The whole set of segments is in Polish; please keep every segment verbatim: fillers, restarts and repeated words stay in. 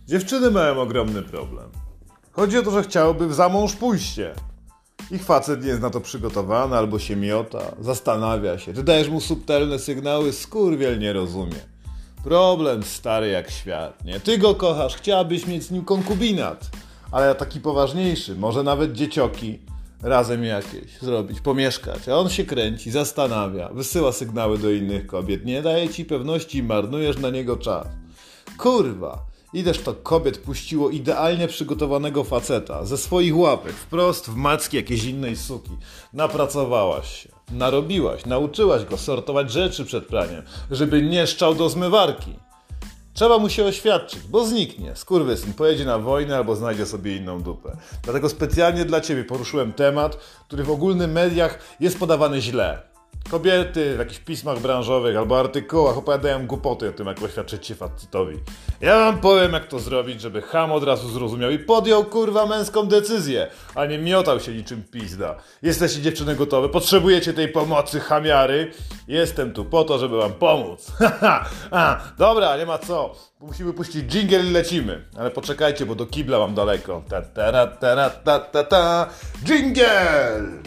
Dziewczyny mają ogromny problem. Chodzi o to, że chciałyby w za mąż pójście. Ich facet nie jest na to przygotowany, albo się miota, zastanawia się. Ty dajesz mu subtelne sygnały, skurwiel nie rozumie. Problem stary jak świat, nie? Ty go kochasz, chciałabyś mieć z nim konkubinat. Ale taki poważniejszy, może nawet dziecioki razem jakieś zrobić, pomieszkać. A on się kręci, zastanawia, wysyła sygnały do innych kobiet. Nie daje ci pewności i marnujesz na niego czas. Kurwa. Ileż to kobiet puściło idealnie przygotowanego faceta ze swoich łapek wprost w macki jakiejś innej suki. Napracowałaś się, narobiłaś, nauczyłaś go sortować rzeczy przed praniem, żeby nie szczał do zmywarki. Trzeba mu się oświadczyć, bo zniknie. Skurwysyn pojedzie na wojnę albo znajdzie sobie inną dupę. Dlatego specjalnie dla ciebie poruszyłem temat, który w ogólnych mediach jest podawany źle. Kobiety w jakichś pismach branżowych albo artykułach opowiadają głupoty o tym, jak oświadczyć się facetowi. Ja wam powiem, jak to zrobić, żeby cham od razu zrozumiał i podjął kurwa męską decyzję, a nie miotał się niczym pizda. Jesteście dziewczyny gotowe? Potrzebujecie tej pomocy, chamiary? Jestem tu po to, żeby wam pomóc. a, dobra, nie ma co. Musimy puścić dżingiel i lecimy. Ale poczekajcie, bo do kibla mam daleko. Ta, ta, ta, ta, ta, ta, ta. Dżingiel!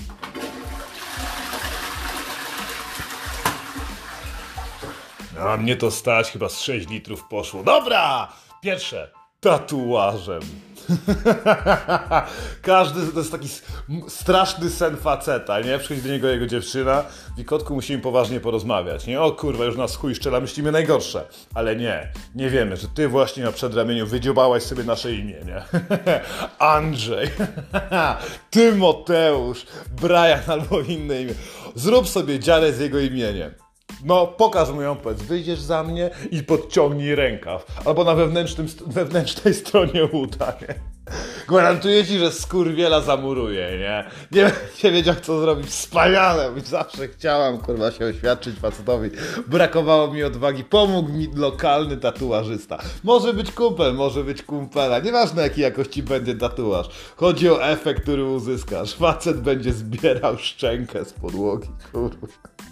A mnie to stać, chyba z sześć litrów poszło. Dobra! Pierwsze. Tatuażem. Każdy, to jest taki straszny sen faceta, nie? Przychodzi do niego jego dziewczyna. Wikotku, musimy poważnie porozmawiać, nie? O kurwa, już nas chuj szczela, myślimy najgorsze. Ale nie, nie wiemy, że ty właśnie na przedramieniu wydziobałaś sobie nasze imię, nie? Andrzej, Tymoteusz, Brian albo inne imię. Zrób sobie dziarę z jego imieniem. No, pokaż mu ją, powiedz, wyjdziesz za mnie i podciągnij rękaw. Albo na wewnętrznym, wewnętrznej stronie uda, nie? Gwarantuję ci, że skurwiela zamuruje, nie? Nie będzie wiedział, co zrobić. Wspaniale, bo zawsze chciałam, kurwa, się oświadczyć facetowi. Brakowało mi odwagi. Pomógł mi lokalny tatuażysta. Może być kumpel, może być kumpela. Nieważne, jakiej jakości będzie tatuaż. Chodzi o efekt, który uzyskasz. Facet będzie zbierał szczękę z podłogi, kurwa.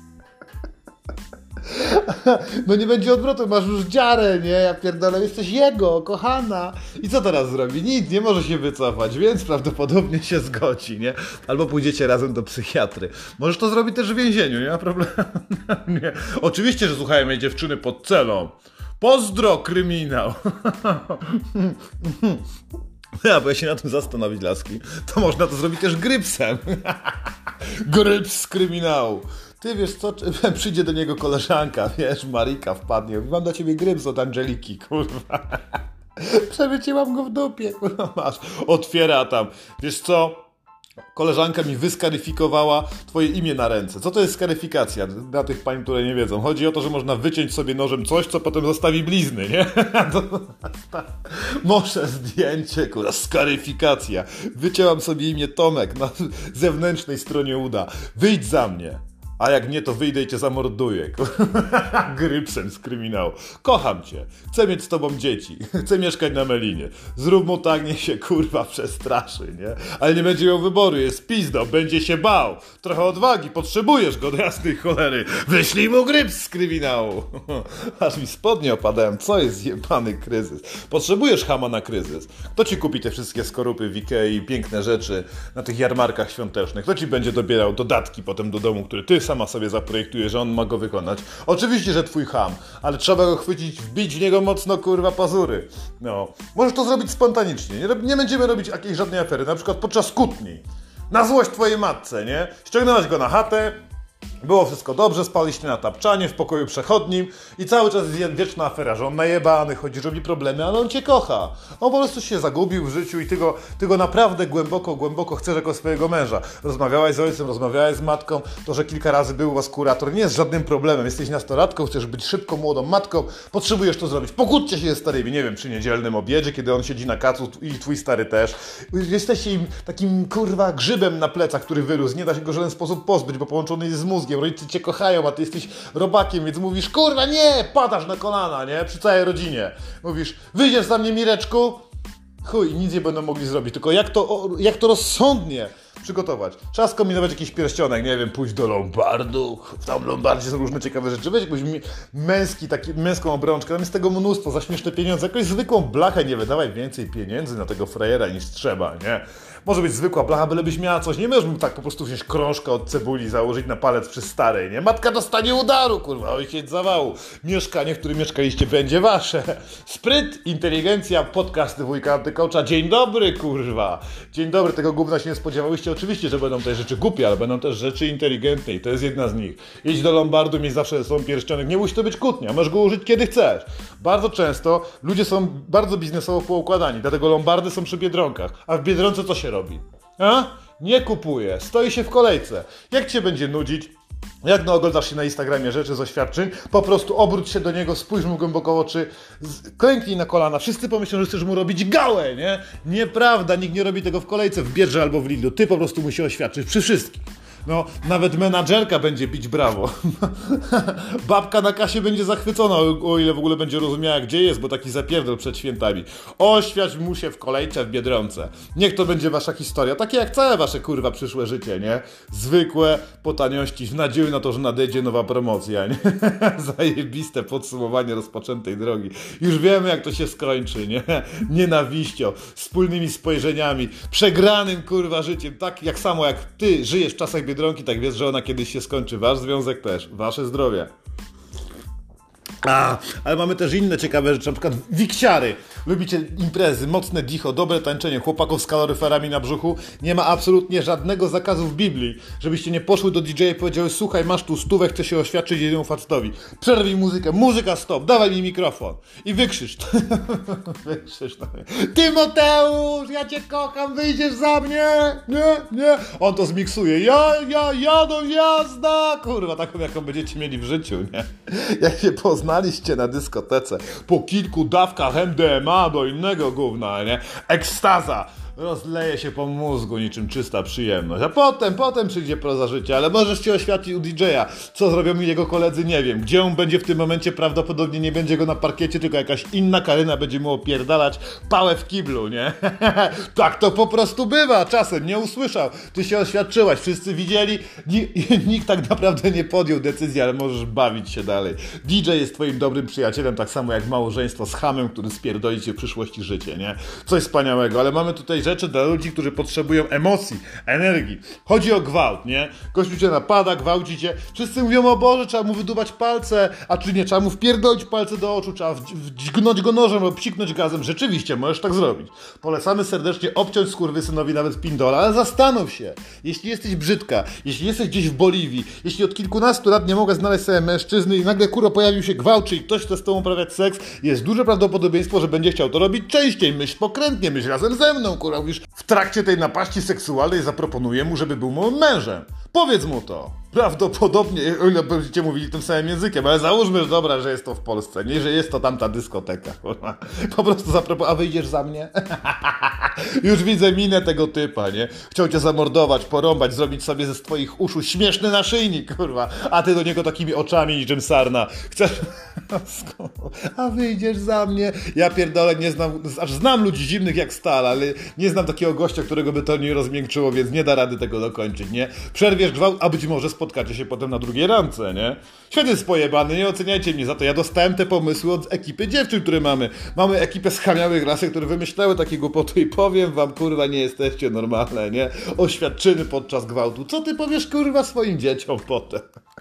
No nie będzie odwrotu, masz już dziarę, nie? Ja pierdolę, jesteś jego, kochana. I co teraz zrobi? Nic, nie może się wycofać, więc prawdopodobnie się zgodzi, nie? Albo pójdziecie razem do psychiatry. Możesz to zrobić też w więzieniu, nie ma problemu. Nie. Oczywiście, że słuchają mnie dziewczyny pod celą. Pozdro, kryminał. Ja, bo ja się na tym zastanowić, laski, to można to zrobić też grypsem. Gryps z kryminału. Ty wiesz co, przyjdzie do niego koleżanka, wiesz, Marika wpadnie, mam dla ciebie gryps od Angeliki, kurwa. Przewyciłam go w dupie, kurwa, masz. Otwiera tam, wiesz co, koleżanka mi wyskaryfikowała twoje imię na ręce. Co to jest skaryfikacja? Dla tych pań, które nie wiedzą. Chodzi o to, że można wyciąć sobie nożem coś, co potem zostawi blizny, nie? Może zdjęcie, kurwa, skaryfikacja. Wycięłam sobie imię Tomek na zewnętrznej stronie uda. Wyjdź za mnie. A jak nie, to wyjdę i cię zamorduję. Grypsem z kryminału. Kocham cię. Chcę mieć z tobą dzieci. Chcę mieszkać na Melinie. Zrób mu tak, niech się kurwa przestraszy, nie? Ale nie będzie miał wyboru. Jest pizdo. Będzie się bał. Trochę odwagi. Potrzebujesz go do jasnej cholery. Wyślij mu gryps z kryminału. Aż mi spodnie opadają. Co jest zjebany kryzys? Potrzebujesz chama na kryzys. Kto ci kupi te wszystkie skorupy w Ikei i piękne rzeczy na tych jarmarkach świątecznych? Kto ci będzie dobierał dodatki potem do domu, który ty sama sobie zaprojektuje, że on ma go wykonać. Oczywiście, że twój cham, ale trzeba go chwycić, wbić w niego mocno, kurwa, pazury. No. Możesz to zrobić spontanicznie. Nie, nie będziemy robić jakiejś żadnej afery, na przykład podczas kłótni. Na złość twojej matce, nie? Ściągnęłaś go na chatę, było wszystko dobrze, spaliście na tapczanie w pokoju przechodnim i cały czas jest wieczna afera, że on najebany, chodzi, robi problemy, ale on cię kocha. On po prostu się zagubił w życiu i ty go, ty go naprawdę głęboko, głęboko chcesz jako swojego męża. Rozmawiałaś z ojcem, rozmawiałaś z matką, to, że kilka razy był u was kurator, nie jest żadnym problemem. Jesteś nastolatką, chcesz być szybką, młodą matką, potrzebujesz to zrobić. Pokłóćcie się ze starymi, nie wiem, przy niedzielnym obiedzie, kiedy on siedzi na kacu i twój stary też. Jesteście im takim, kurwa, grzybem na plecach, który wyrósł. Nie da się go w żaden sposób pozbyć, bo połączony jest z mózgiem. Rodzice cię kochają, a ty jesteś robakiem, więc mówisz, kurwa, nie, padasz na kolana, nie, przy całej rodzinie. Mówisz, wyjdziesz za mnie, Mireczku? Chuj, nic nie będą mogli zrobić, tylko jak to, jak to rozsądnie przygotować. Trzeba skombinować jakiś pierścionek, nie wiem, pójść do Lombardu. W tam Lombardzie są różne ciekawe rzeczy. Weź jakąś męski, taki, męską obrączkę, tam jest tego mnóstwo, za śmieszne pieniądze. Jakąś zwykłą blachę, nie wydawaj więcej pieniędzy na tego frajera niż trzeba, nie? Może być zwykła blacha, bylebyś miała coś. Nie możesz tak po prostu wziąć krążka od cebuli, założyć na palec przy starej, nie? Matka dostanie udaru, kurwa, ojciec zawału. Mieszkanie, w którym mieszkaliście, będzie wasze. Spryt, inteligencja, podcasty wujka Antykołcza. Dzień dobry, kurwa. Dzień dobry, tego gówna się nie spodziewałyście. Oczywiście, że będą te rzeczy głupie, ale będą też rzeczy inteligentne i to jest jedna z nich. Idź do Lombardu, mieć zawsze są pierścionek. Nie musi to być kłótnia, możesz go użyć kiedy chcesz. Bardzo często ludzie są bardzo biznesowo poukładani, dlatego Lombardy są przy Biedronkach. A w Biedronce co się robi? A? Nie kupuje, stoi się w kolejce. Jak cię będzie nudzić? Jak no oglądasz się na Instagramie rzeczy z oświadczeń, po prostu obróć się do niego, spójrz mu głęboko w oczy, klęknij na kolana. Wszyscy pomyślą, że chcesz mu robić gałę, nie? Nieprawda, nikt nie robi tego w kolejce w Biedrze albo w Lidlu. Ty po prostu musisz oświadczyć przy wszystkich. No, nawet menadżerka będzie bić brawo. Babka na kasie będzie zachwycona, o ile w ogóle będzie rozumiała, gdzie jest, bo taki zapierdol przed świętami. Oświadcz mu się w kolejce w Biedronce. Niech to będzie wasza historia, takie jak całe wasze, kurwa, przyszłe życie, nie? Zwykłe, po taniości, w nadziei na to, że nadejdzie nowa promocja, nie? Zajebiste podsumowanie rozpoczętej drogi. Już wiemy, jak to się skończy, nie? Nienawiścią, wspólnymi spojrzeniami, przegranym, kurwa, życiem, tak jak samo jak ty żyjesz w czasach Biedronki, tak wiesz, że ona kiedyś się skończy. Wasz związek też. Wasze zdrowie. A, ale mamy też inne ciekawe rzeczy, na przykład wiksiary. Lubicie imprezy, mocne dicho, dobre tańczenie, chłopaków z kaloryferami na brzuchu. Nie ma absolutnie żadnego zakazu w Biblii, żebyście nie poszły do didżeja i powiedziały: słuchaj, masz tu stówę, chcę się oświadczyć jednemu facetowi. Przerwij muzykę, muzyka stop, dawaj mi mikrofon. I wykrzycz. Wykrzycz. Tymoteusz, ja cię kocham, wyjdziesz za mnie? Nie, nie. On to zmiksuje. Ja, ja, jadą, jazda. Kurwa, taką jaką będziecie mieli w życiu, nie? Jak się poznaliście na dyskotece po kilku dawkach M D M A do innego gówna, nie? Ekstaza rozleje się po mózgu niczym czysta przyjemność. A potem, potem przyjdzie proza życia, ale możesz cię oświadczyć u didżeja. Co zrobią mi jego koledzy, nie wiem. Gdzie on będzie w tym momencie, prawdopodobnie nie będzie go na parkiecie, tylko jakaś inna Karyna będzie mu opierdalać pałę w kiblu, nie? Tak to po prostu bywa. Czasem nie usłyszał. Ty się oświadczyłaś, wszyscy widzieli. Nikt tak naprawdę nie podjął decyzji, ale możesz bawić się dalej. didżej jest twoim dobrym przyjacielem, tak samo jak małżeństwo z chamem, który spierdoli ci w przyszłości życie, nie? Coś wspaniałego, ale mamy tutaj rzeczy dla ludzi, którzy potrzebują emocji, energii. Chodzi o gwałt, nie? Kościół cię napada, gwałci cię. Wszyscy mówią: o Boże, trzeba mu wydubać palce, a czy nie, trzeba mu wpierdolić palce do oczu, trzeba wdźgnąć go nożem albo psiknąć gazem. Rzeczywiście, możesz tak zrobić. Polecamy serdecznie obciąć skurwysynowi nawet pindola, ale zastanów się, jeśli jesteś brzydka, jeśli jesteś gdzieś w Boliwii, jeśli od kilkunastu lat nie mogę znaleźć sobie mężczyzny i nagle kurwa pojawił się gwałt, i ktoś chce z tobą uprawiać seks, jest duże prawdopodobieństwo, że będzie chciał to robić częściej. Myśl pokrętnie, myśl razem ze mną, kurwa. Mówisz, w trakcie tej napaści seksualnej zaproponuję mu, żeby był moim mężem. Powiedz mu to. Prawdopodobnie, o ile będziecie mówili tym samym językiem, ale załóżmy, że dobra, że jest to w Polsce, nie, że jest to tamta dyskoteka. Po prostu zaproponuję: a wyjdziesz za mnie? Już widzę minę tego typa, nie? Chciał cię zamordować, porąbać, zrobić sobie ze twoich uszu śmieszny naszyjnik, kurwa. A ty do niego takimi oczami niczym sarna. Chcesz... A wyjdziesz za mnie? Ja pierdolę, nie znam, aż znam ludzi zimnych jak stal, ale nie znam takiego gościa, którego by to nie rozmiękczyło, więc nie da rady tego dokończyć, nie? Przerwiesz gwałt, a być może spotkacie się potem na drugiej randce, nie? Świat jest pojebany, nie oceniajcie mnie za to. Ja dostałem te pomysły od ekipy dziewczyn, które mamy. Mamy ekipę schamiałych rasek, które wymyślały takie głupoty i powiem wam, kurwa, nie jesteście normalne, nie? Oświadczyny podczas gwałtu. Co ty powiesz, kurwa, swoim dzieciom potem?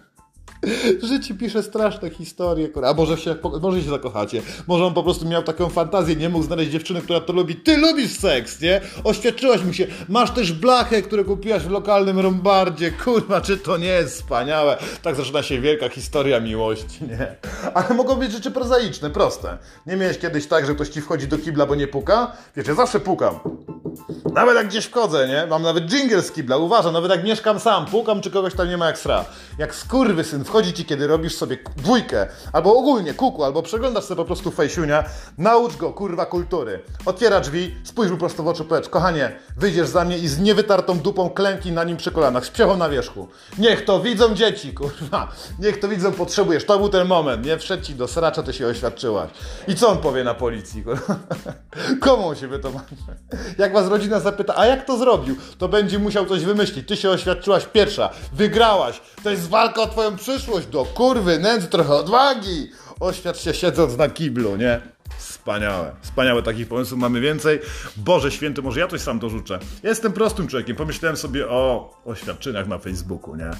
Życie pisze straszne historie, kurwa. A może się, może się zakochacie. Może on po prostu miał taką fantazję, nie mógł znaleźć dziewczyny, która to lubi. Ty lubisz seks, nie? Oświadczyłaś mu się. Masz też blachę, którą kupiłaś w lokalnym Lombardzie. Kurwa, czy to nie jest wspaniałe? Tak zaczyna się wielka historia miłości, nie? Ale mogą być rzeczy prozaiczne, proste. Nie miałeś kiedyś tak, że ktoś ci wchodzi do kibla, bo nie puka? Wiecie, zawsze pukam. Nawet jak gdzieś wchodzę, nie? Mam nawet dżingiel z kibla, uważam, nawet jak mieszkam sam, pukam, czy kogoś tam nie ma jak sra. Jak skurwysyn wchodzi ci, kiedy robisz sobie dwójkę, albo ogólnie kuku, albo przeglądasz sobie po prostu fejsiunia, naucz go, kurwa, kultury. Otwiera drzwi, spójrz mu prosto w oczy, powiedz: kochanie, wyjdziesz za mnie i z niewytartą dupą klęknij na nim przy kolanach, z psiochą na wierzchu. Niech to widzą dzieci, kurwa. Niech to widzą, potrzebujesz. To był ten moment, nie? Wszedł ci do sracza, ty się oświadczyłaś. I co on powie na policji, kurwa? Komu on się wytłumaczy? Jak was was rodzina zapyta, a jak to zrobił? To będzie musiał coś wymyślić. Ty się oświadczyłaś pierwsza, wygrałaś. To jest walka o twoją przyszłość. Do kurwy, nędzy, trochę odwagi. Oświadcz się siedząc na kiblu, nie? Wspaniałe. Wspaniałe, takich pomysłów mamy więcej. Boże święty, może ja coś sam dorzucę. Ja jestem prostym człowiekiem. Pomyślałem sobie o oświadczeniach na Facebooku, nie?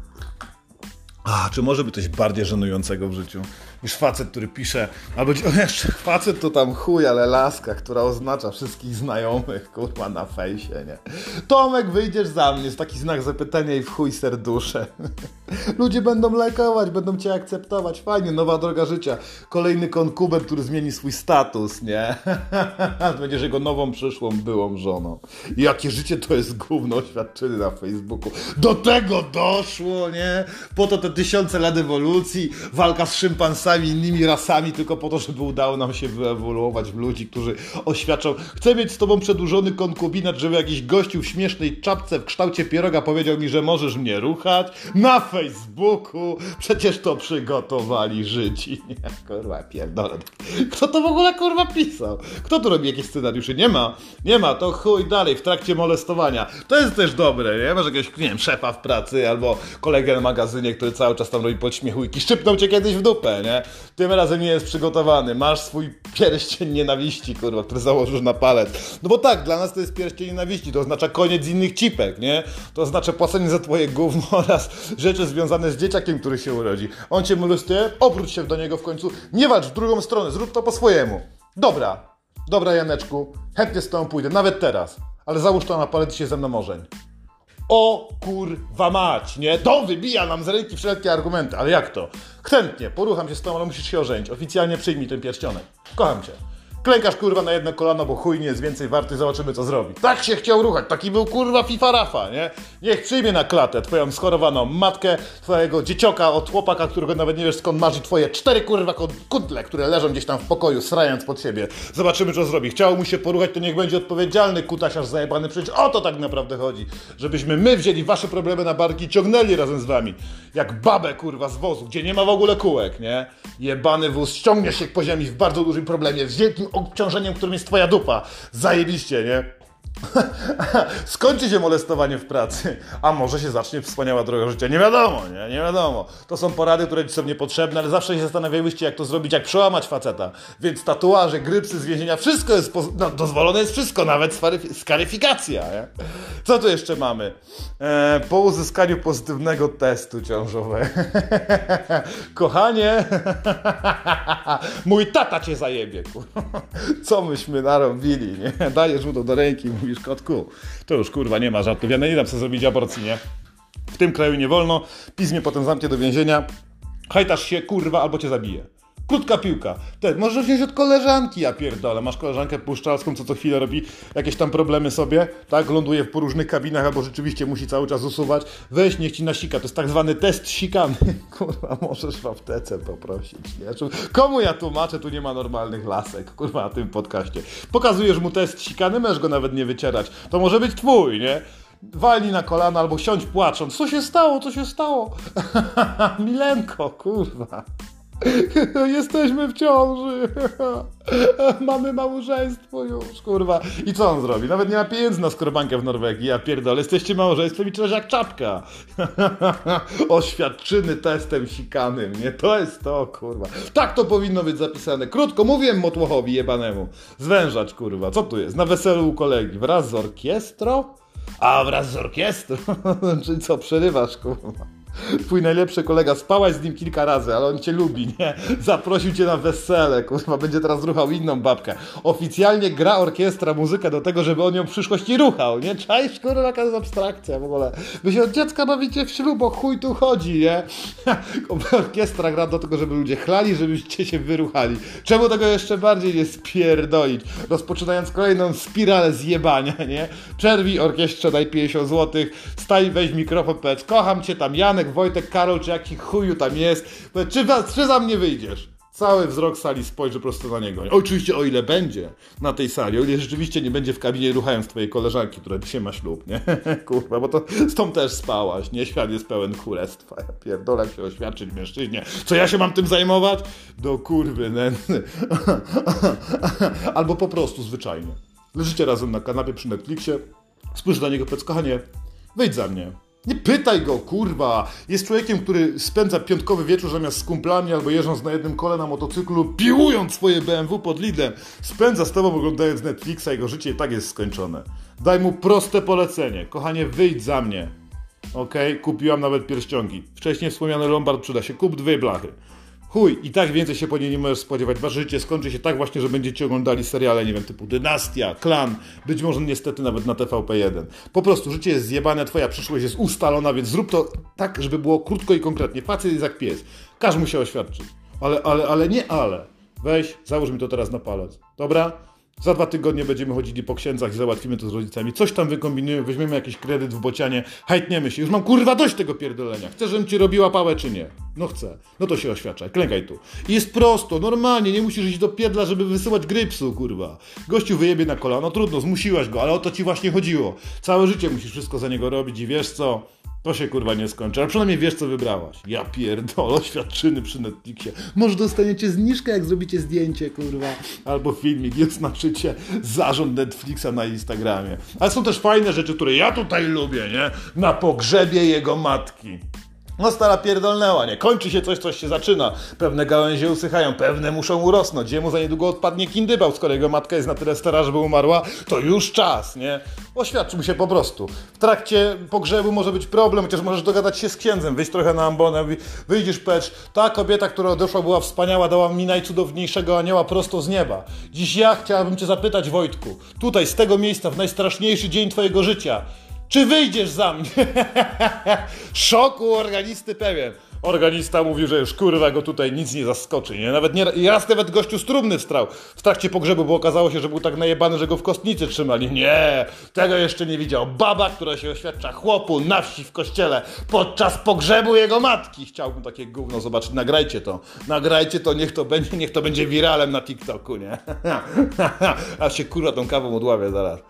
A, czy może być coś bardziej żenującego w życiu niż facet, który pisze, albo o, jeszcze facet to tam chuj, ale laska, która oznacza wszystkich znajomych, kurwa, na fejsie, nie? Tomek, wyjdziesz za mnie, jest taki znak zapytania i w chuj serdusze. Ludzie będą lajkować, będą cię akceptować, fajnie, nowa droga życia. Kolejny konkubent, który zmieni swój status, nie? Będziesz jego nową przyszłą byłą żoną. I jakie życie to jest gówno, oświadczyny na Facebooku. Do tego doszło, nie? Po to te tysiące lat ewolucji, walka z szympansami, innymi rasami, tylko po to, żeby udało nam się wyewoluować w ludzi, którzy oświadczą, chcę mieć z tobą przedłużony konkubinat, żeby jakiś gościu w śmiesznej czapce w kształcie pieroga powiedział mi, że możesz mnie ruchać na Facebooku. Przecież to przygotowali Żydzi. Nie, kurwa, pierdolę. Kto to w ogóle, kurwa, pisał? Kto tu robi jakieś scenariusze? Nie ma. Nie ma. To chuj dalej, w trakcie molestowania. To jest też dobre, nie? Masz jakiegoś, nie wiem, szefa w pracy albo kolegę na magazynie, który cały czas tam robi podśmiechujki. Szczypnął cię kiedyś w dupę, nie? Tym razem nie jest przygotowany. Masz swój pierścień nienawiści, kurwa, który założysz na palec. No bo tak, dla nas to jest pierścień nienawiści. To oznacza koniec innych cipek, nie? To oznacza płacenie za twoje gówno oraz rzeczy związane z dzieciakiem, który się urodzi. On cię molestuje, obróć się do niego w końcu. Nie walcz w drugą stronę, zrób to po swojemu. Dobra, dobra Janeczku, chętnie z tobą pójdę, nawet teraz. Ale załóż to na palec i się ze mną ożeń. O kurwa mać, nie? To wybija nam z ręki wszelkie argumenty, ale jak to? Chętnie, porucham się z tobą, ale musisz się ożenić. Oficjalnie przyjmij ten pierścionek. Kocham cię. Klękasz, kurwa, na jedno kolano, bo chuj nie jest więcej warty, zobaczymy, co zrobi. Tak się chciał ruchać, taki był, kurwa, FIFA Rafa, nie? Niech przyjmie na klatę twoją schorowaną matkę, twojego dziecioka od chłopaka, którego nawet nie wiesz skąd masz, i twoje cztery, kurwa, kundle, które leżą gdzieś tam w pokoju, srając pod siebie. Zobaczymy, co zrobi. Chciał mu się poruchać, to niech będzie odpowiedzialny, kutasiarz zajebany. Przecież o to tak naprawdę chodzi. Żebyśmy my wzięli wasze problemy na barki i ciągnęli razem z wami. Jak babę, kurwa, z wozu, gdzie nie ma w ogóle kółek, nie? Jebany wóz ściągnie się po ziemi w bardzo dużym problemie, z wielkim obciążeniem, którym jest twoja dupa. Zajebiście, nie? Skończy się molestowanie w pracy, a może się zacznie wspaniała droga życia. Nie wiadomo, nie? Nie wiadomo. To są porady, które ci są niepotrzebne, ale zawsze się zastanawiałyście, jak to zrobić, jak przełamać faceta. Więc tatuaże, grypsy z więzienia, wszystko jest, no, dozwolone jest wszystko, nawet skaryfikacja, nie? Co tu jeszcze mamy? E, po uzyskaniu pozytywnego testu ciążowego. Kochanie, mój tata cię zajebie, kurwa. Co myśmy narobili, nie? Dajesz mu to do ręki, mówisz, kotku, to już, kurwa, nie ma żartów. Ja nie dam sobie zrobić aborcji, nie? W tym kraju nie wolno, PiS mnie potem zamknie do więzienia, hajtasz się, kurwa, albo cię zabije. Krótka piłka. Ty, możesz wziąć od koleżanki, ja pierdolę. Masz koleżankę puszczalską, co co chwilę robi jakieś tam problemy sobie, tak? Ląduje w różnych kabinach, albo rzeczywiście musi cały czas usuwać. Weź, niech ci nasika. To jest tak zwany test sikany. Kurwa, możesz w aptece poprosić, nie? Komu ja tłumaczę? Tu nie ma normalnych lasek, kurwa, na tym podcaście. Pokazujesz mu test sikany, możesz go nawet nie wycierać. To może być twój, nie? Walnij na kolana albo siądź płacząc. Co się stało? Co się stało? Milenko, kurwa. Jesteśmy w ciąży. Mamy małżeństwo już, kurwa. I co on zrobi? Nawet nie ma pieniędzy na skorobankę w Norwegii. Ja pierdolę, jesteście małżeństwem i czujesz jak czapka. Oświadczyny testem sikanym, nie? To jest to, kurwa. Tak to powinno być zapisane. Krótko mówiłem Motłochowi jebanemu. Zwężać, kurwa. Co tu jest? Na weselu u kolegi. Wraz z orkiestrą? A wraz z orkiestrą? Czyli co, przerywasz, kurwa. Twój najlepszy kolega, spałaś z nim kilka razy, ale on cię lubi, nie? Zaprosił cię na wesele, kurwa, będzie teraz ruchał inną babkę. Oficjalnie gra orkiestra muzykę do tego, żeby on ją w przyszłości ruchał, nie? Cześć, kurwa, jaka jest abstrakcja w ogóle. Wy się od dziecka bawicie w ślub, o chuj tu chodzi, nie? Orkiestra gra do tego, żeby ludzie chlali, żebyście się wyruchali. Czemu tego jeszcze bardziej nie spierdolić? Rozpoczynając kolejną spiralę zjebania, nie? Przerwij orkiestrze, daj pięćdziesiąt złotych, staj, weź mikrofon, powiedz, kocham cię tam, Janek, Wojtek, Karol, czy jaki chuju tam jest, czy, czy za mnie wyjdziesz? Cały wzrok sali spojrzy prosto na niego. Oczywiście, o ile będzie na tej sali, o ile rzeczywiście nie będzie w kabinie ruchając twojej koleżanki, która dzisiaj ma ślub, nie? Kurwa, bo to z tą też spałaś, nie? Świat jest pełen kurestwa. Ja pierdolę, jak się oświadczyć mężczyźnie. Co ja się mam tym zajmować? Do kurwy nędzy. Albo po prostu zwyczajnie. Leżycie razem na kanapie przy Netflixie, spójrz na niego, powiedz, kochanie, wyjdź za mnie. Nie pytaj go, kurwa. Jest człowiekiem, który spędza piątkowy wieczór zamiast z kumplami albo jeżdżąc na jednym kole na motocyklu, piłując swoje B M W pod Lidlem. Spędza z tobą oglądając Netflixa, jego życie i tak jest skończone. Daj mu proste polecenie. Kochanie, wyjdź za mnie. Okej? Okay? Kupiłam nawet pierścionki. Wcześniej wspomniany Lombard przyda się. Kup dwie blachy. Chuj, i tak więcej się po niej nie możesz spodziewać. Wasze życie skończy się tak właśnie, że będziecie oglądali seriale, nie wiem, typu Dynastia, Klan, być może niestety nawet na T V P jeden. Po prostu życie jest zjebane, twoja przyszłość jest ustalona, więc zrób to tak, żeby było krótko i konkretnie. Facet jest jak pies. Każ mu się oświadczyć. Ale, ale, ale nie ale. Weź, załóż mi to teraz na palec. Dobra? Za dwa tygodnie będziemy chodzili po księdzach i załatwimy to z rodzicami. Coś tam wykombinujemy, weźmiemy jakiś kredyt w bocianie, hajtniemy się. Już mam kurwa dość tego pierdolenia. Chcesz, żebym ci robiła pałę czy nie? No chcę. No to się oświadczaj, klękaj tu. I jest prosto, normalnie, nie musisz iść do pierdla, żeby wysyłać grypsu, kurwa. Gościu wyjebie na kolano, trudno, zmusiłaś go, ale o to ci właśnie chodziło. Całe życie musisz wszystko za niego robić i wiesz co? To się kurwa nie skończy, ale przynajmniej wiesz co wybrałaś. Ja pierdolę, oświadczyny przy Netflixie. Może dostaniecie zniżkę jak zrobicie zdjęcie, kurwa. Albo filmik i oznaczycie zarząd Netflixa na Instagramie. Ale są też fajne rzeczy, które ja tutaj lubię, nie? Na pogrzebie jego matki. No stara pierdolnęła, nie? Kończy się coś, coś się zaczyna. Pewne gałęzie usychają, pewne muszą urosnąć. Jemu za niedługo odpadnie kindybał, skoro jego matka jest na tyle stara, żeby umarła, to już czas, nie? Oświadczył mu się po prostu. W trakcie pogrzebu może być problem, chociaż możesz dogadać się z księdzem, wyjść trochę na ambonę, wyjdziesz pecz. Ta kobieta, która odeszła, była wspaniała, dała mi najcudowniejszego anioła prosto z nieba. Dziś ja chciałabym cię zapytać, Wojtku, tutaj, z tego miejsca, w najstraszniejszy dzień twojego życia, czy wyjdziesz za mnie? Szoku organisty pewien. Organista mówił, że już kurwa go tutaj nic nie zaskoczy, nie? Nawet nie, raz nawet gościu z trumny wstrał w trakcie pogrzebu, bo okazało się, że był tak najebany, że go w kostnicy trzymali. Nie, tego jeszcze nie widział. Baba, która się oświadcza chłopu na wsi w kościele podczas pogrzebu jego matki. Chciałbym takie gówno zobaczyć. Nagrajcie to. Nagrajcie to, niech to będzie, niech to będzie wiralem na TikToku, nie? Aż się kurwa tą kawą odławię zaraz.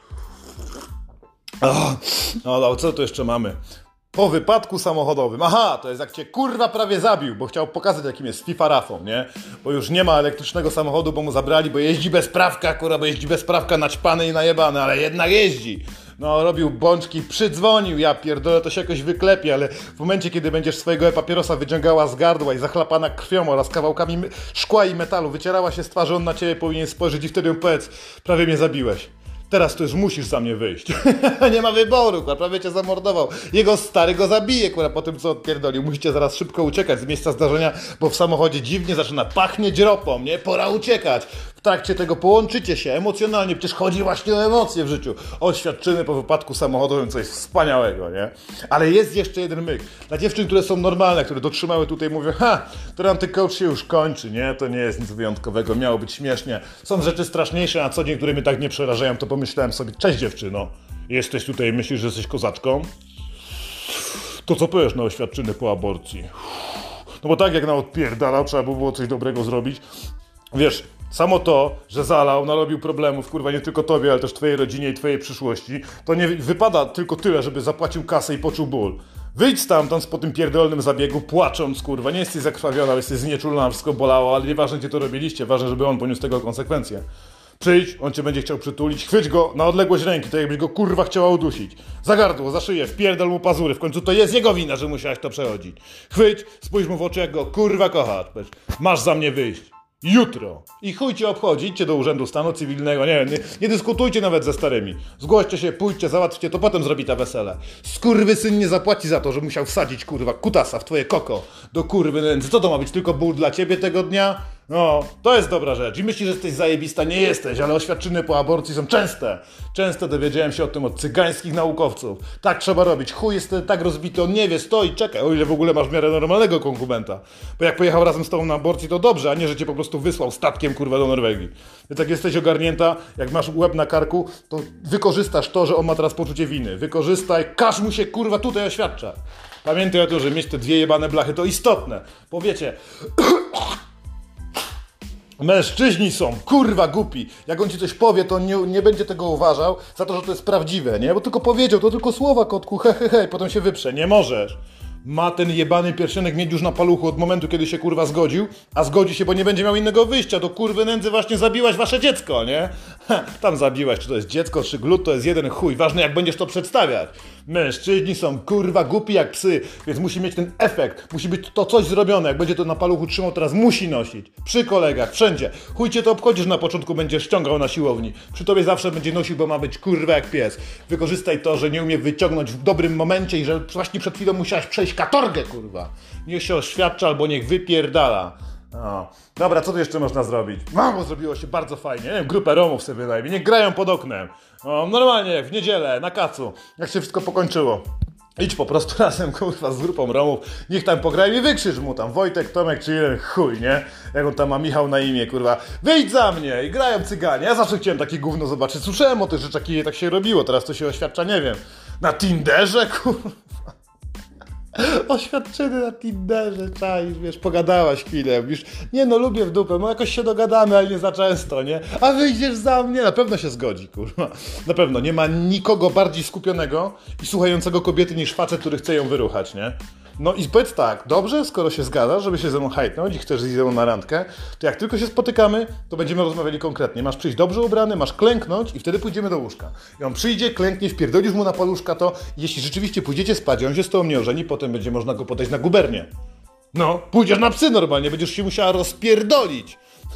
Oh, no, no, co tu jeszcze mamy? Po wypadku samochodowym. Aha, to jest jak cię kurwa prawie zabił, bo chciał pokazać, jakim jest FIFA Rafą, nie? Bo już nie ma elektrycznego samochodu, bo mu zabrali, bo jeździ bez prawka, kurwa, bo jeździ bez prawka naćpany i najebany, ale jednak jeździ. No, robił bączki, przydzwonił, ja pierdolę, to się jakoś wyklepie, ale w momencie, kiedy będziesz swojego e-papierosa wyciągała z gardła i zachlapana krwią oraz kawałkami szkła i metalu, wycierała się z twarzy, on na ciebie powinien spojrzeć i wtedy powiedz, prawie mnie zabiłeś. Teraz to już musisz za mnie wyjść. Nie ma wyboru, kurwa, prawie cię zamordował. Jego stary go zabije, kurwa, po tym co odpierdolił. Musicie zaraz szybko uciekać z miejsca zdarzenia, bo w samochodzie dziwnie zaczyna pachnieć ropą, nie? Pora uciekać. W trakcie tego połączycie się emocjonalnie, przecież chodzi właśnie o emocje w życiu. Oświadczyny po wypadku samochodowym, coś wspaniałego, nie? Ale jest jeszcze jeden myk. Dla dziewczyn, które są normalne, które dotrzymały tutaj, mówią, ha, ten antycoach się już kończy, nie? To nie jest nic wyjątkowego, miało być śmiesznie. Są rzeczy straszniejsze na co dzień, które mnie tak nie przerażają, to pomyślałem sobie, cześć dziewczyno, jesteś tutaj, myślisz, że jesteś kozaczką? To co powiesz na oświadczyny po aborcji? No bo tak jak na odpierdalał, trzeba by było coś dobrego zrobić. Wiesz, samo to, że zalał, narobił problemów, kurwa, nie tylko tobie, ale też twojej rodzinie i twojej przyszłości, to nie wypada tylko tyle, żeby zapłacił kasę i poczuł ból. Wyjdź stamtąd po tym pierdolnym zabiegu, płacząc, kurwa, nie jesteś zakrwawiona, jesteś znieczulona, wszystko bolało, ale nieważne, gdzie to robiliście, ważne, żeby on poniósł tego konsekwencje. Przyjdź, on cię będzie chciał przytulić, chwyć go na odległość ręki, tak jakbyś go kurwa chciała udusić. Za gardło, za szyję, wpierdol mu pazury, w końcu to jest jego wina, że musiałeś to przechodzić. Chwyć, spójrz mu w oczy, jak go kurwa kochasz. Masz za mnie wyjść. Jutro. I chuj cię obchodzi, idźcie do Urzędu Stanu Cywilnego, nie wiem, nie, nie dyskutujcie nawet ze starymi. Zgłoście się, pójdźcie, załatwcie, to potem zrobi ta wesele. Skurwysyn nie zapłaci za to, że musiał wsadzić, kurwa, kutasa w twoje koko do kurwy nędzy. Co to ma być, tylko ból dla ciebie tego dnia? No, to jest dobra rzecz. I myślisz, że jesteś zajebista? Nie jesteś, ale oświadczyny po aborcji są częste. Często dowiedziałem się o tym od cygańskich naukowców. Tak trzeba robić. Chuj jest tak rozbity, on nie wie, stoi, czekaj, o ile w ogóle masz w miarę normalnego konkubenta. Bo jak pojechał razem z tobą na aborcję, to dobrze, a nie, że cię po prostu wysłał statkiem, kurwa, do Norwegii. Więc jak jesteś ogarnięta, jak masz łeb na karku, to wykorzystasz to, że on ma teraz poczucie winy. Wykorzystaj, każ mu się, kurwa, tutaj oświadcza. Pamiętaj o tym, że mieć te dwie jebane blachy to istotne. Bo wiecie... Mężczyźni są, kurwa, głupi. Jak on ci coś powie, to nie, nie będzie tego uważał za to, że to jest prawdziwe, nie? Bo tylko powiedział, to tylko słowa, kotku, he, he, he, i potem się wyprze. Nie możesz. Ma ten jebany pierścionek mieć już na paluchu od momentu, kiedy się kurwa zgodził, a zgodzi się, bo nie będzie miał innego wyjścia. Do kurwy nędzy właśnie zabiłaś wasze dziecko, nie? Ha, tam zabiłaś, czy to jest dziecko, czy glut, to jest jeden chuj. Ważne, jak będziesz to przedstawiać. Mężczyźni są kurwa głupi jak psy, więc musi mieć ten efekt, musi być to coś zrobione. Jak będzie to na paluchu trzymał, teraz musi nosić. Przy kolegach, wszędzie. Chuj cię to obchodzisz, na początku będziesz ściągał na siłowni. Przy tobie zawsze będzie nosił, bo ma być kurwa jak pies. Wykorzystaj to, że nie umie wyciągnąć w dobrym momencie i że właśnie przed chwilą musiałaś przejść katorgę, kurwa. Niech się oświadcza albo niech wypierdala. O. Dobra, co tu jeszcze można zrobić? Mało zrobiło się bardzo fajnie. Nie wiem, grupę Romów sobie wynajmie. Niech grają pod oknem. O, normalnie, w niedzielę, na kacu. Jak się wszystko pokończyło. Idź po prostu razem, kurwa, z grupą Romów. Niech tam pograją i wykrzycz mu tam. Wojtek, Tomek czy jeden chuj, nie? Jak on tam ma Michał na imię, kurwa. Wyjdź za mnie! I grają cyganie. Ja zawsze chciałem takie gówno zobaczyć. Słyszałem o tych rzeczach, kiedy tak się robiło. Teraz to się oświadcza, nie wiem. Na Tinderze, kurwa. Oświadczyny na Tinderze, czaisz, wiesz, pogadałaś chwilę, mówisz, nie no, lubię w dupę, no jakoś się dogadamy, ale nie za często, nie? A wyjdziesz za mnie, na pewno się zgodzi, kurwa. Na pewno, nie ma nikogo bardziej skupionego i słuchającego kobiety niż facet, który chce ją wyruchać, nie? No i powiedz tak, dobrze, skoro się zgadzasz, żeby się ze mną hajtnąć i chcesz iść ze mną na randkę, to jak tylko się spotykamy, to będziemy rozmawiali konkretnie. Masz przyjść dobrze ubrany, masz klęknąć i wtedy pójdziemy do łóżka. I on przyjdzie, klęknie, wpierdolisz mu na paluszka to i jeśli rzeczywiście pójdziecie spać, on się z tobą nie ożeni, potem będzie można go podać na gubernię. No, pójdziesz na psy normalnie, będziesz się musiała rozpierdolić.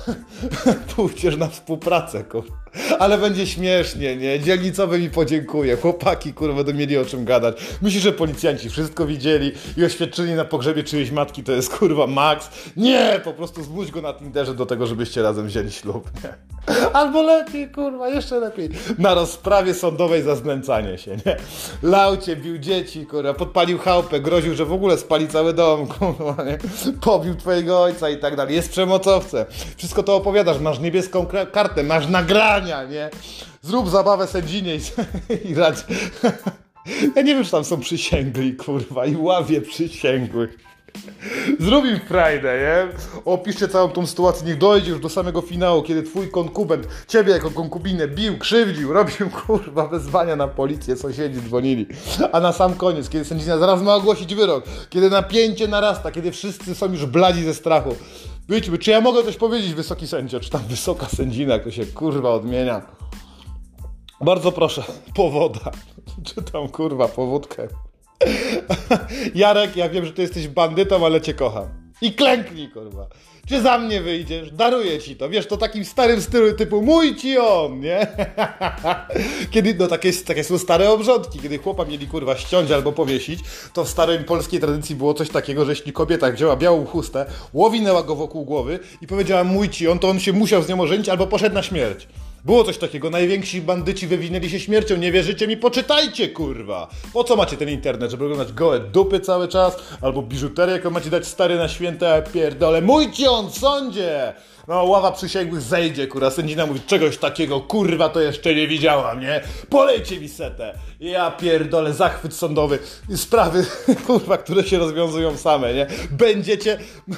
Pójdziesz na współpracę, kurwa. Ale będzie śmiesznie, nie? Dzielnicowy mi podziękuję. Chłopaki, kurwa, będą mieli o czym gadać. Myślisz, że policjanci wszystko widzieli i oświadczyli na pogrzebie czyjejś matki, to jest, kurwa, maks? Nie! Po prostu zmuś go na Tinderze do tego, żebyście razem wzięli ślub, nie? Albo lepiej, kurwa, jeszcze lepiej. Na rozprawie sądowej za znęcanie się, nie? Lał cię, bił dzieci, kurwa, podpalił chałupę, groził, że w ogóle spali cały dom, kurwa, nie? Pobił twojego ojca i tak dalej. Jest przemocowcem. Wszystko to opowiadasz, masz niebieską kartę, masz nagrania, nie? Zrób zabawę sędzinie i, i radź. Ja nie wiem, czy tam są przysięgli, kurwa, i ławie przysięgłych. Zrób im frajdę, nie? Opiszcie całą tą sytuację, niech dojdzie już do samego finału, kiedy twój konkubent ciebie jako konkubinę bił, krzywdził, robił, kurwa, wezwania na policję, sąsiedzi dzwonili. A na sam koniec, kiedy sędzina zaraz ma ogłosić wyrok, kiedy napięcie narasta, kiedy wszyscy są już bladzi ze strachu. Wiecie, czy ja mogę coś powiedzieć, wysoki sędzio, czy tam wysoka sędzina, jak to się, kurwa, odmienia. Bardzo proszę, powoda. Czy tam, kurwa, powódkę. Jarek, ja wiem, że ty jesteś bandytą, ale cię kocham. I klęknij, kurwa. Czy za mnie wyjdziesz? Daruję ci to. Wiesz, to takim starym stylu typu mój ci on, nie? Kiedy, no takie, takie są stare obrządki. Kiedy chłopa mieli, kurwa, ściąć albo powiesić, to w starej polskiej tradycji było coś takiego, że jeśli kobieta wzięła białą chustę, łowinęła go wokół głowy i powiedziała mój ci on, to on się musiał z nią ożenić albo poszedł na śmierć. Było coś takiego, najwięksi bandyci wywinęli się śmiercią, nie wierzycie mi? Poczytajcie, kurwa! Po co macie ten internet, żeby oglądać gołe dupy cały czas? Albo biżuterię, jaką macie dać stary na święte, pierdole, mój ci on w sądzie! No, ława przysięgłych zejdzie, kurwa, sędzina mówi, czegoś takiego, kurwa, to jeszcze nie widziałam, nie? Polejcie mi setę! Ja pierdolę, zachwyt sądowy, sprawy, kurwa, które się rozwiązują same, nie? Będziecie...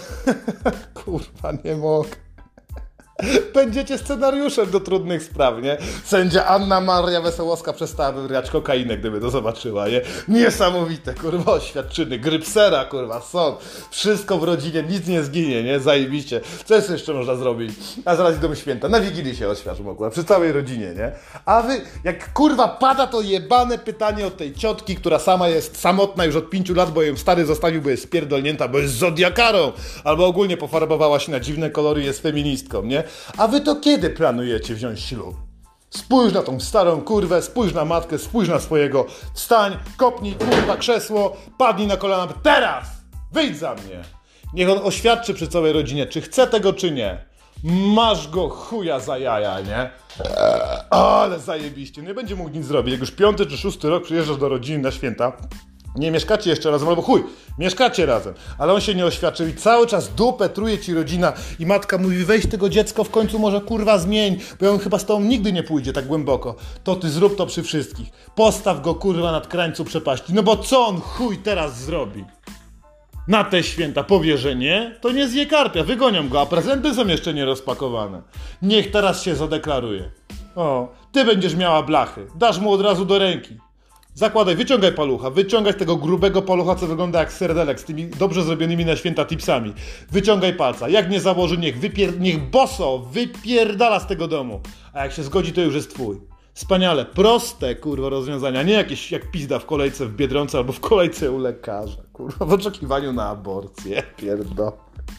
kurwa, nie mogę. Będziecie scenariuszem do trudnych spraw, nie? Sędzia Anna Maria Wesołowska przestałaby brać kokainę, gdyby to zobaczyła, nie? Niesamowite, kurwa, oświadczyny, grypsera, kurwa, sąd, wszystko w rodzinie, nic nie zginie, nie? Zajebiście. Co jeszcze można zrobić? A zaraz idą święta, na Wigilii się oświadczą, kurwa, przy całej rodzinie, nie? A wy, jak kurwa pada to jebane pytanie od tej ciotki, która sama jest samotna już od pięciu lat, bo ją stary zostawił, bo jest spierdolnięta, bo jest zodiakarą, albo ogólnie pofarbowała się na dziwne kolory, jest feministką, nie? A wy to kiedy planujecie wziąć ślub? Spójrz na tą starą kurwę, spójrz na matkę, spójrz na swojego. Wstań, kopnij kurwa krzesło, padnij na kolana. Teraz! Wyjdź za mnie! Niech on oświadczy przy całej rodzinie, czy chce tego, czy nie. Masz go chuja za jaja, nie? Eee, ale zajebiście, nie będzie mógł nic zrobić. Jak już piąty czy szósty rok przyjeżdżasz do rodziny na święta, nie mieszkacie jeszcze razem, albo chuj, mieszkacie razem, ale on się nie oświadczył i cały czas dupę truje ci rodzina i matka mówi, weź tego dziecko w końcu może kurwa zmień, bo on chyba z tobą nigdy nie pójdzie tak głęboko. To ty zrób to przy wszystkich. Postaw go kurwa nad krańcu przepaści, no bo co on chuj teraz zrobi? Na te święta powie, że nie, to nie zje karpia, wygonią go, a prezenty są jeszcze nie rozpakowane. Niech teraz się zadeklaruje. O, ty będziesz miała blachy, dasz mu od razu do ręki. Zakładaj, wyciągaj palucha, wyciągaj z tego grubego palucha, co wygląda jak serdelek, z tymi dobrze zrobionymi na święta tipsami. Wyciągaj palca, jak nie założy, niech, wypier... niech boso wypierdala z tego domu. A jak się zgodzi, to już jest twój. Wspaniale, proste, kurwa, rozwiązania, nie jakieś jak pizda w kolejce w Biedronce albo w kolejce u lekarza, kurwa, w oczekiwaniu na aborcję, pierdol.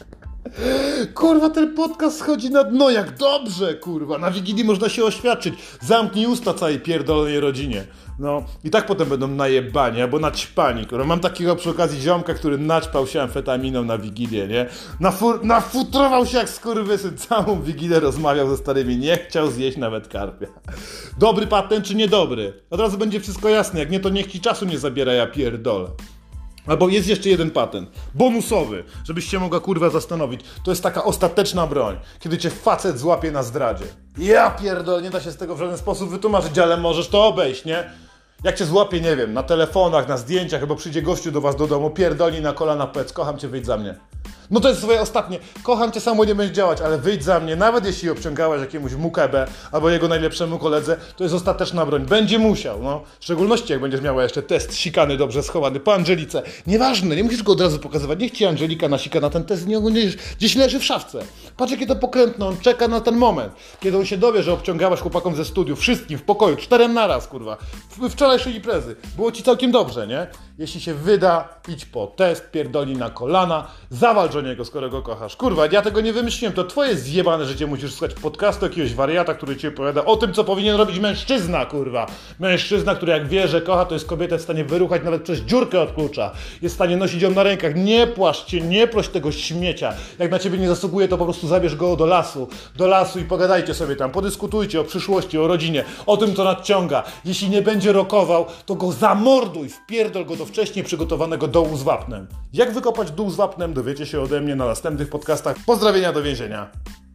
Kurwa, ten podcast schodzi na dno, jak dobrze, kurwa, na Wigilii można się oświadczyć, zamknij usta całej pierdolonej rodzinie. No, i tak potem będą najebani, albo naćpani, kurwa. Mam takiego przy okazji ziomka, który naćpał się amfetaminą na Wigilię, nie? Nafu- nafutrował się jak skurwysyn, całą Wigilię rozmawiał ze starymi, nie chciał zjeść nawet karpia. Dobry patent czy niedobry? Od razu będzie wszystko jasne, jak nie, to niech ci czasu nie zabiera, ja pierdolę. Albo jest jeszcze jeden patent, bonusowy, żebyś się mogła kurwa zastanowić. To jest taka ostateczna broń, kiedy cię facet złapie na zdradzie. Ja pierdolę, nie da się z tego w żaden sposób wytłumaczyć, ale możesz to obejść, nie? Jak cię złapie, nie wiem, na telefonach, na zdjęciach, albo przyjdzie gościu do was do domu, pierdolni na kolana, powiedz, kocham cię, wyjdź za mnie. No to jest swoje ostatnie, kocham cię, samo nie będzie działać, ale wyjdź za mnie, nawet jeśli obciągałeś jakiemuś mukebę albo jego najlepszemu koledze, to jest ostateczna broń, będzie musiał, no. W szczególności jak będziesz miała jeszcze test sikany dobrze schowany po Angelice. Nieważne, nie musisz go od razu pokazywać, niech ci Angelika nasika na ten test, nie ogólnie gdzieś leży w szafce. Patrz jakie to pokrętne, on czeka na ten moment, kiedy on się dowie, że obciągałaś chłopakom ze studiów, wszystkim w pokoju, czterem naraz, kurwa, w wczorajszej imprezy. Było ci całkiem dobrze, nie? Jeśli się wyda, idź po test, pierdoli na kolana, zawalcz o niego, skoro go kochasz. Kurwa, ja tego nie wymyśliłem, to twoje zjebane życie, musisz słuchać podcastu jakiegoś wariata, który ci opowiada o tym, co powinien robić mężczyzna, kurwa. Mężczyzna, który jak wie, że kocha, to jest kobietę w stanie wyruchać nawet przez dziurkę od klucza. Jest w stanie nosić ją na rękach. Nie płaszcz się, nie proś tego śmiecia. Jak na ciebie nie zasługuje, to po prostu zabierz go do lasu. Do lasu i pogadajcie sobie tam, podyskutujcie o przyszłości, o rodzinie, o tym, co nadciąga. Jeśli nie będzie rokował, to go zamorduj, wpierdol go do wcześniej przygotowanego dołu z wapnem. Jak wykopać dół z wapnem, dowiecie się ode mnie na następnych podcastach. Pozdrowienia do więzienia.